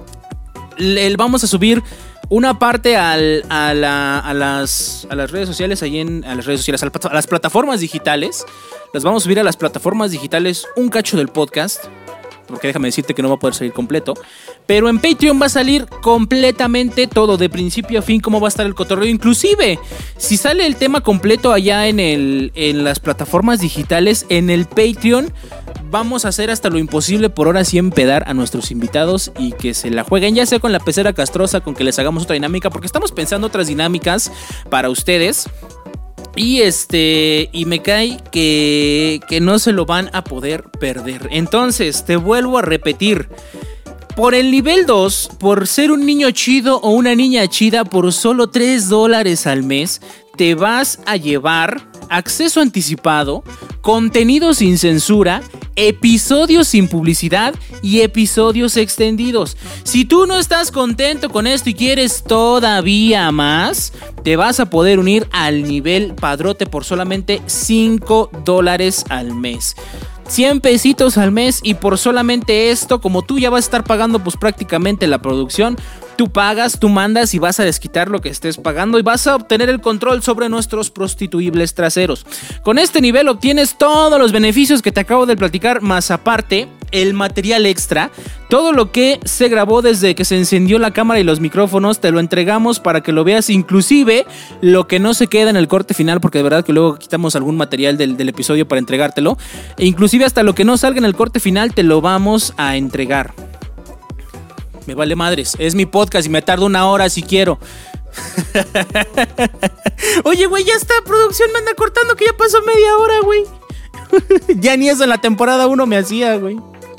Le vamos a subir una parte al, a, la, a, las, a las redes sociales, ahí en a las redes sociales, a las plataformas digitales. Las vamos a subir a las plataformas digitales un cacho del podcast, porque déjame decirte que no va a poder salir completo. Pero en Patreon va a salir completamente todo, de principio a fin, cómo va a estar el cotorreo. Inclusive, si sale el tema completo allá en, el, en las plataformas digitales, en el Patreon vamos a hacer hasta lo imposible por ahora sí empedar a nuestros invitados y que se la jueguen, ya sea con la pecera castrosa, con que les hagamos otra dinámica, porque estamos pensando otras dinámicas para ustedes. Y este, y me cae que, que no se lo van a poder perder. Entonces, te vuelvo a repetir. Por el nivel dos, por ser un niño chido o una niña chida, por solo tres dólares al mes, te vas a llevar acceso anticipado, contenido sin censura, episodios sin publicidad y episodios extendidos. Si tú no estás contento con esto y quieres todavía más, te vas a poder unir al nivel padrote por solamente cinco dólares al mes. cien pesitos al mes, y por solamente esto, como tú ya vas a estar pagando pues prácticamente la producción, tú pagas, tú mandas y vas a desquitar lo que estés pagando y vas a obtener el control sobre nuestros prostituibles traseros. Con este nivel obtienes todos los beneficios que te acabo de platicar, más aparte el material extra. Todo lo que se grabó desde que se encendió la cámara y los micrófonos te lo entregamos para que lo veas, inclusive lo que no se queda en el corte final, porque de verdad que luego quitamos algún material del, del episodio para entregártelo, e inclusive hasta lo que no salga en el corte final te lo vamos a entregar. Me vale madres, es mi podcast y me tardo una hora si quiero. Oye, güey, ya está, producción me anda cortando que ya pasó media hora, güey. Ya ni eso en la temporada uno me hacía, güey.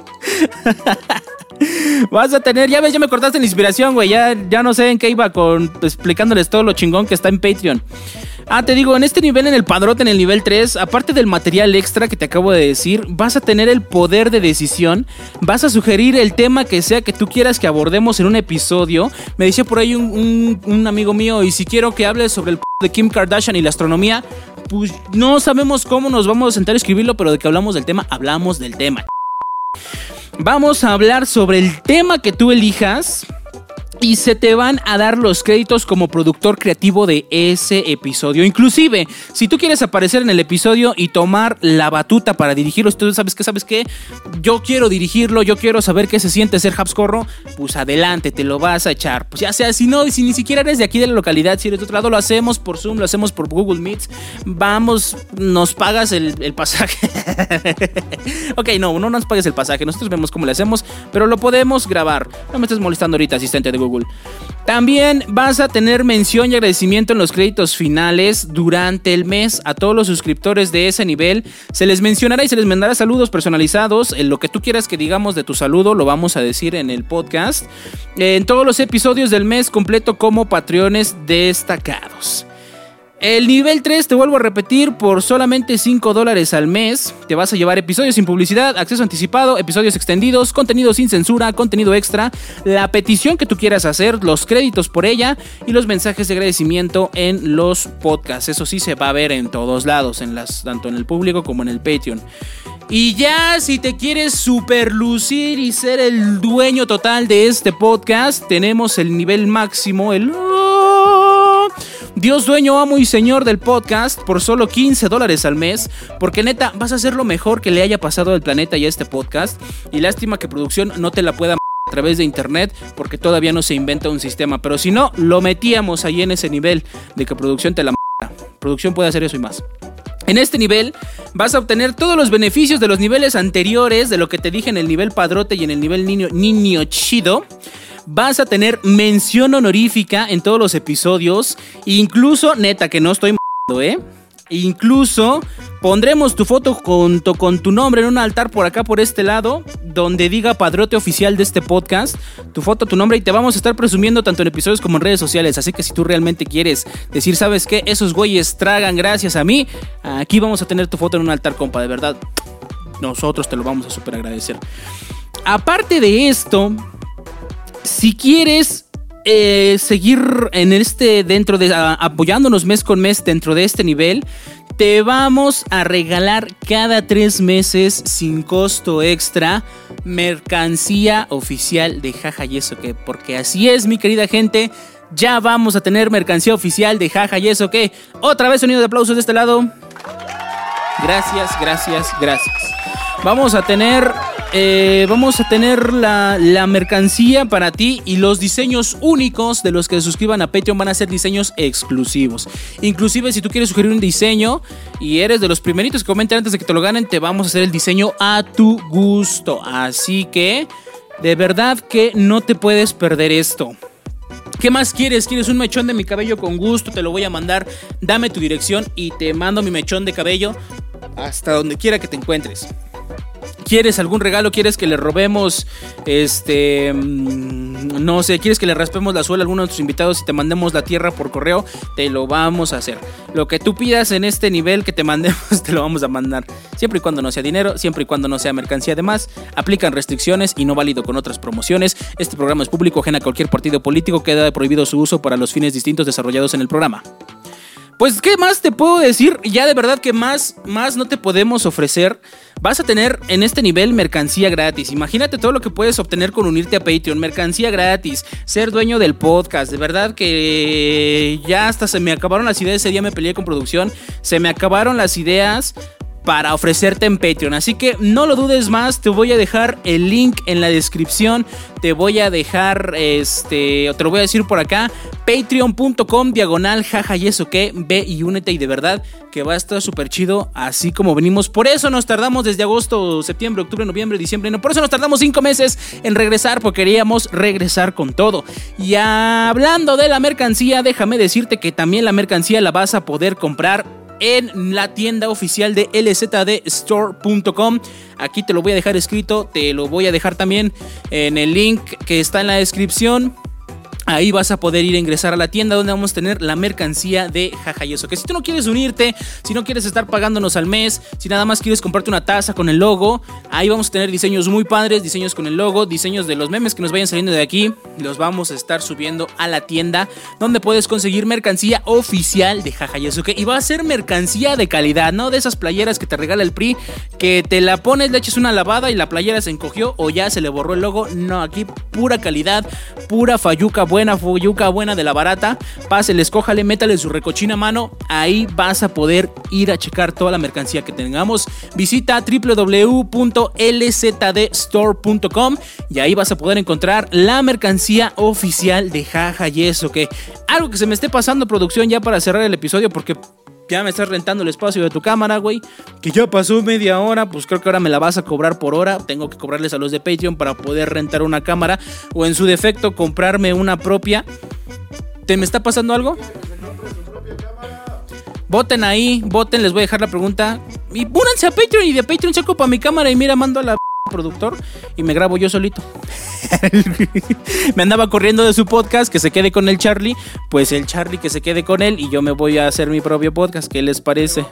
Vas a tener, ya ves, ya me cortaste la inspiración, güey. Ya, ya no sé en qué iba con explicándoles todo lo chingón que está en Patreon. Ah, te digo, en este nivel, en el padrote, en el nivel tres, aparte del material extra que te acabo de decir, vas a tener el poder de decisión. Vas a sugerir el tema que sea que tú quieras que abordemos en un episodio. Me decía por ahí un, un, un amigo mío, y si quiero que hables sobre el p*** de Kim Kardashian y la astronomía, pues no sabemos cómo nos vamos a sentar a escribirlo, pero de que hablamos del tema, hablamos del tema. Vamos a hablar sobre el tema que tú elijas y se te van a dar los créditos como productor creativo de ese episodio. Inclusive, si tú quieres aparecer en el episodio y tomar la batuta para dirigirlo, si tú sabes que, ¿sabes qué? Yo quiero dirigirlo, yo quiero saber qué se siente ser Habscorro, pues adelante, te lo vas a echar. Pues ya sea, si no, si ni siquiera eres de aquí de la localidad, si eres de otro lado, lo hacemos por Zoom, lo hacemos por Google Meets. Vamos, nos pagas el, el pasaje. Ok, no, no nos pagues el pasaje, nosotros vemos cómo le hacemos, pero lo podemos grabar. No me estés molestando ahorita, asistente de Google. También vas a tener mención y agradecimiento en los créditos finales durante el mes. A todos los suscriptores de ese nivel se les mencionará y se les mandará saludos personalizados. En lo que tú quieras que digamos de tu saludo lo vamos a decir en el podcast, en todos los episodios del mes completo como Patreones destacados. El nivel tres, te vuelvo a repetir, por solamente cinco dólares al mes te vas a llevar episodios sin publicidad, acceso anticipado, episodios extendidos, contenido sin censura, contenido extra, la petición que tú quieras hacer, los créditos por ella y los mensajes de agradecimiento en los podcasts. Eso sí se va a ver en todos lados, en las, tanto en el público como en el Patreon. Y ya si te quieres superlucir y ser el dueño total de este podcast, tenemos el nivel máximo, el... Dios, dueño, amo y señor del podcast por solo quince dólares al mes, porque neta vas a hacer lo mejor que le haya pasado al planeta y a este podcast, y lástima que producción no te la pueda a través de internet porque todavía no se inventa un sistema, pero si no, lo metíamos ahí en ese nivel de que producción te la producción puede hacer eso y más. En este nivel vas a obtener todos los beneficios de los niveles anteriores, de lo que te dije en el nivel padrote y en el nivel niño, niño chido. Vas a tener mención honorífica en todos los episodios. Incluso, neta, que no estoy m***ando, ¿eh? Incluso pondremos tu foto junto con tu nombre en un altar por acá, por este lado, donde diga padrote oficial de este podcast. Tu foto, tu nombre, y te vamos a estar presumiendo tanto en episodios como en redes sociales. Así que si tú realmente quieres decir, ¿sabes qué? Esos güeyes tragan gracias a mí. Aquí vamos a tener tu foto en un altar, compa. De verdad, nosotros te lo vamos a súper agradecer. Aparte de esto, si quieres eh, seguir en este dentro de a, apoyándonos mes con mes dentro de este nivel, te vamos a regalar cada tres meses sin costo extra mercancía oficial de Jaja y Eso Que, porque así es, mi querida gente, ya vamos a tener mercancía oficial de Jaja y Eso Que. Otra vez sonido de aplausos de este lado. Gracias, gracias, gracias. Vamos a tener eh, vamos a tener la, la mercancía para ti, y los diseños únicos de los que se suscriban a Patreon van a ser diseños exclusivos. Inclusive si tú quieres sugerir un diseño y eres de los primeritos que comenten antes de que te lo ganen, te vamos a hacer el diseño a tu gusto. Así que de verdad que no te puedes perder esto. ¿Qué más quieres? ¿Quieres un mechón de mi cabello? Con gusto te lo voy a mandar. Dame tu dirección y te mando mi mechón de cabello hasta donde quiera que te encuentres. ¿Quieres algún regalo? ¿Quieres que le robemos, este, no sé, quieres que le raspemos la suela a alguno de nuestros invitados y te mandemos la tierra por correo? Te lo vamos a hacer. Lo que tú pidas en este nivel que te mandemos, te lo vamos a mandar. Siempre y cuando no sea dinero, siempre y cuando no sea mercancía. Además, aplican restricciones y no válido con otras promociones. Este programa es público, ajeno a cualquier partido político. Queda prohibido su uso para los fines distintos desarrollados en el programa. Pues, ¿qué más te puedo decir? Ya de verdad que más, más no te podemos ofrecer. Vas a tener en este nivel mercancía gratis. Imagínate todo lo que puedes obtener con unirte a Patreon. Mercancía gratis, ser dueño del podcast. De verdad que ya hasta se me acabaron las ideas. Ese día me peleé con producción. Se me acabaron las ideas para ofrecerte en Patreon, así que no lo dudes más. Te voy a dejar el link en la descripción. Te voy a dejar este, o te lo voy a decir por acá, patreon.com diagonal jaja y eso que, ve y únete, y de verdad que va a estar súper chido, así como venimos. Por eso nos tardamos desde agosto, septiembre, octubre, noviembre, diciembre, no, por eso nos tardamos cinco meses en regresar, porque queríamos regresar con todo. Y hablando de la mercancía, déjame decirte que también la mercancía la vas a poder comprar en la tienda oficial de L Z D store punto com. Aquí te lo voy a dejar escrito, te lo voy a dejar también en el link que está en la descripción. Ahí vas a poder ir a ingresar a la tienda donde vamos a tener la mercancía de Jaja y Eso Que. Si tú no quieres unirte, si no quieres estar pagándonos al mes, si nada más quieres comprarte una taza con el logo, ahí vamos a tener diseños muy padres, diseños con el logo, diseños de los memes que nos vayan saliendo de aquí. Los vamos a estar subiendo a la tienda donde puedes conseguir mercancía oficial de Jaja y Eso Que. Y va a ser mercancía de calidad, no de esas playeras que te regala el P R I, que te la pones, le echas una lavada y la playera se encogió o ya se le borró el logo. No, aquí pura calidad, pura fayuca buena, fayuca buena de la barata. Pásele, escójale, métale su recochina mano. Ahí vas a poder ir a checar toda la mercancía que tengamos. Visita doble u doble u doble u punto l z d store punto com y ahí vas a poder encontrar la mercancía oficial de Jaja y Eso Que. Algo que se me esté pasando, producción, ya para cerrar el episodio, porque ya me estás rentando el espacio de tu cámara, güey. Que ya pasó media hora, pues creo que ahora me la vas a cobrar por hora. Tengo que cobrarles a los de Patreon para poder rentar una cámara o en su defecto comprarme una propia. ¿Te me está pasando algo? Voten ahí, voten, les voy a dejar la pregunta. Y únanse a Patreon y de Patreon saco para mi cámara y mira, mando a la productor y me grabo yo solito. Me andaba corriendo de su podcast, que se quede con el Charlie. Pues el Charlie que se quede con él y yo me voy a hacer mi propio podcast. ¿Qué les parece?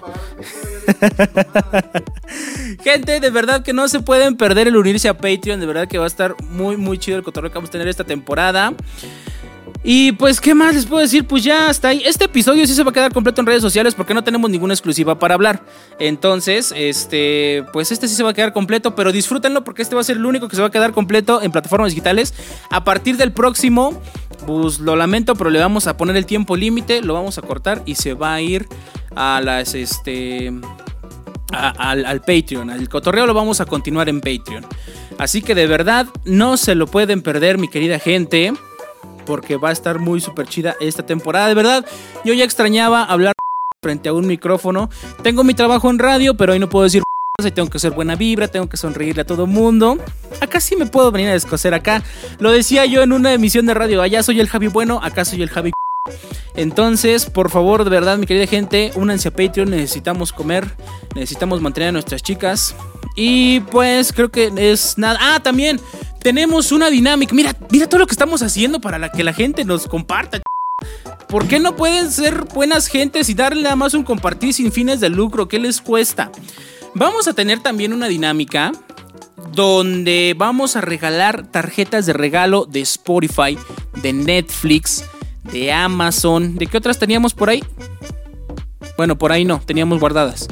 Gente, de verdad que no se pueden perder el unirse a Patreon. De verdad que va a estar muy muy chido el cotorreo que vamos a tener esta temporada. Y pues, ¿qué más les puedo decir? Pues ya hasta ahí. Este episodio sí se va a quedar completo en redes sociales porque no tenemos ninguna exclusiva para hablar. Entonces, este, pues este sí se va a quedar completo, pero disfrútenlo porque este va a ser el único que se va a quedar completo en plataformas digitales. A partir del próximo, pues lo lamento, pero le vamos a poner el tiempo límite, lo vamos a cortar y se va a ir a las, este... A, al, al Patreon. El cotorreo lo vamos a continuar en Patreon. Así que de verdad, no se lo pueden perder, mi querida gente, porque va a estar muy súper chida esta temporada. De verdad, yo ya extrañaba hablar frente a un micrófono. Tengo mi trabajo en radio, pero hoy no puedo decir y tengo que hacer buena vibra, tengo que sonreírle a todo mundo. Acá sí me puedo venir a descoser acá. Lo decía yo en una emisión de radio. Allá soy el Javi bueno, acá soy el Javi. Entonces, por favor, de verdad, mi querida gente, únanse a Patreon. Necesitamos comer, necesitamos mantener a nuestras chicas. Y pues creo que es nada. Ah, también tenemos una dinámica. Mira, mira todo lo que estamos haciendo para la que la gente nos comparta. ¿Por qué no pueden ser buenas gentes y darle nada más un compartir sin fines de lucro? ¿Qué les cuesta? Vamos a tener también una dinámica donde vamos a regalar tarjetas de regalo de Spotify, de Netflix, de Amazon. ¿De qué otras teníamos por ahí? Bueno, por ahí no, teníamos guardadas.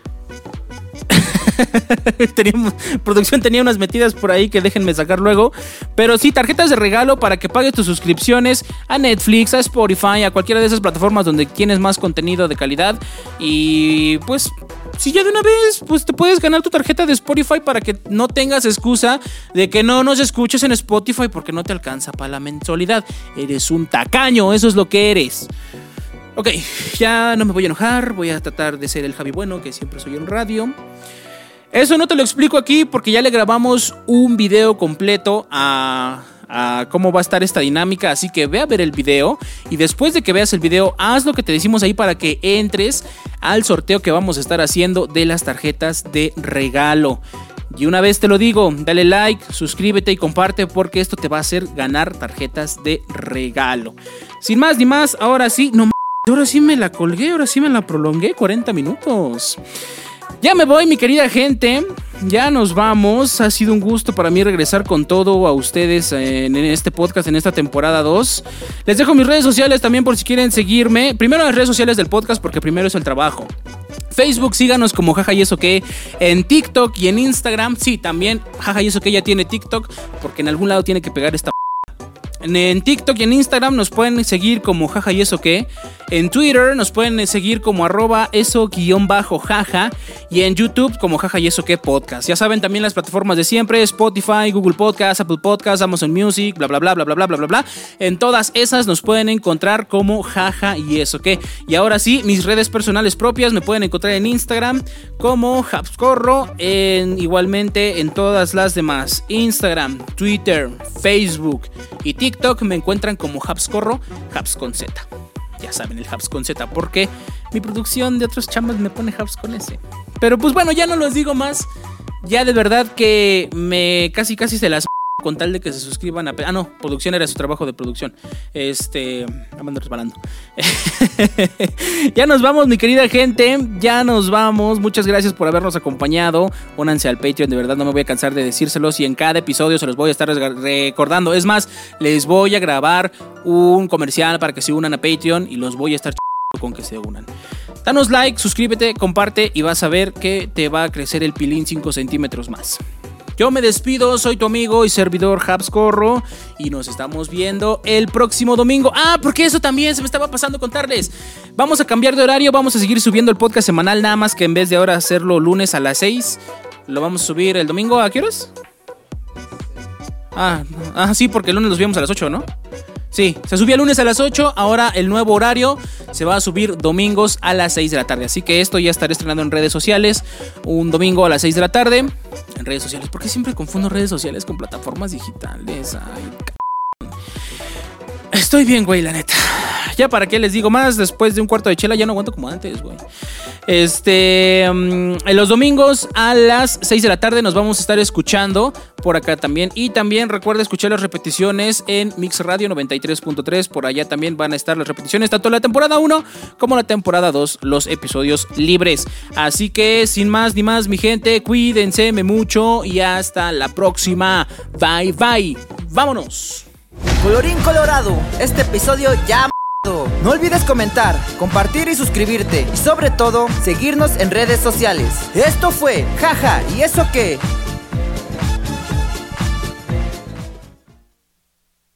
Teníamos, producción tenía unas metidas por ahí que déjenme sacar luego. Pero sí, tarjetas de regalo para que pagues tus suscripciones a Netflix, a Spotify, a cualquiera de esas plataformas donde tienes más contenido de calidad. Y pues, si ya de una vez, pues te puedes ganar tu tarjeta de Spotify para que no tengas excusa de que no nos escuches en Spotify porque no te alcanza para la mensualidad. Eres un tacaño, eso es lo que eres. Ok, ya no me voy a enojar, voy a tratar de ser el Javi bueno que siempre soy en radio. Eso no te lo explico aquí porque ya le grabamos un video completo a, a cómo va a estar esta dinámica. Así que ve a ver el video y después de que veas el video, haz lo que te decimos ahí para que entres al sorteo que vamos a estar haciendo de las tarjetas de regalo. Y una vez te lo digo, dale like, suscríbete y comparte porque esto te va a hacer ganar tarjetas de regalo. Sin más ni más, ahora sí, no, ahora sí me la colgué, ahora sí me la prolongué cuarenta minutos. Ya me voy, mi querida gente. Ya nos vamos. Ha sido un gusto para mí regresar con todo a ustedes en este podcast, en esta temporada dos. Les dejo mis redes sociales también por si quieren seguirme. Primero las redes sociales del podcast porque primero es el trabajo. Facebook, síganos como Jaja y Eso Que. En TikTok y en Instagram, sí, también Jaja y Eso Que ya tiene TikTok porque en algún lado tiene que pegar esta... En TikTok y en Instagram nos pueden seguir como Jaja y Eso Que. En Twitter nos pueden seguir como arroba eso guión bajo jaja. Y en YouTube como Jaja y Eso Que Podcast. Ya saben también las plataformas de siempre: Spotify, Google Podcast, Apple Podcast, Amazon Music, bla bla bla bla bla bla bla bla bla. En todas esas nos pueden encontrar como Jaja y Eso Que. Y ahora sí, mis redes personales propias me pueden encontrar en Instagram como Habscorro. En, igualmente en todas las demás: Instagram, Twitter, Facebook y TikTok me encuentran como Habscorro, Habs con Z. Ya saben, el Habs con Z, porque mi producción de otros chambas me pone Habs con S. Pero pues bueno, ya no los digo más. Ya de verdad que me casi casi se las con tal de que se suscriban a... Ah, no, producción era su trabajo de producción. Este... Me ando resbalando. Ya nos vamos, mi querida gente. Ya nos vamos. Muchas gracias por habernos acompañado. Únanse al Patreon, de verdad no me voy a cansar de decírselos. Y en cada episodio se los voy a estar recordando. Es más, les voy a grabar un comercial para que se unan a Patreon. Y los voy a estar ch... con que se unan. Danos like, suscríbete, comparte y vas a ver que te va a crecer el pilín cinco centímetros más. Yo me despido, soy tu amigo y servidor Habs Corro y nos estamos viendo el próximo domingo. Ah, porque eso también se me estaba pasando contarles. Vamos a cambiar de horario, vamos a seguir subiendo el podcast semanal, nada más que en vez de ahora hacerlo lunes a las seis, lo vamos a subir el domingo. ¿A qué horas? Ah, ah sí, porque el lunes los vimos a las ocho, ¿no? Sí, se subía el lunes a las ocho, ahora el nuevo horario se va a subir domingos a las seis de la tarde. Así que esto ya estaré estrenando en redes sociales, un domingo a las seis de la tarde, en redes sociales. ¿Por qué siempre confundo redes sociales con plataformas digitales? Ay, c... Estoy bien, güey, la neta. Ya para qué les digo más, después de un cuarto de chela ya no aguanto como antes, güey. Este, um, en los domingos a las seis de la tarde nos vamos a estar escuchando por acá también. Y también recuerda escuchar las repeticiones en Mix Radio noventa y tres punto tres. Por allá también van a estar las repeticiones, tanto la temporada uno como la temporada dos, los episodios libres. Así que sin más ni más, mi gente, cuídense mucho y hasta la próxima. Bye, bye. Vámonos. Colorín colorado, este episodio ya... No olvides comentar, compartir y suscribirte. Y sobre todo, seguirnos en redes sociales. Esto fue Jaja, ¿y eso qué?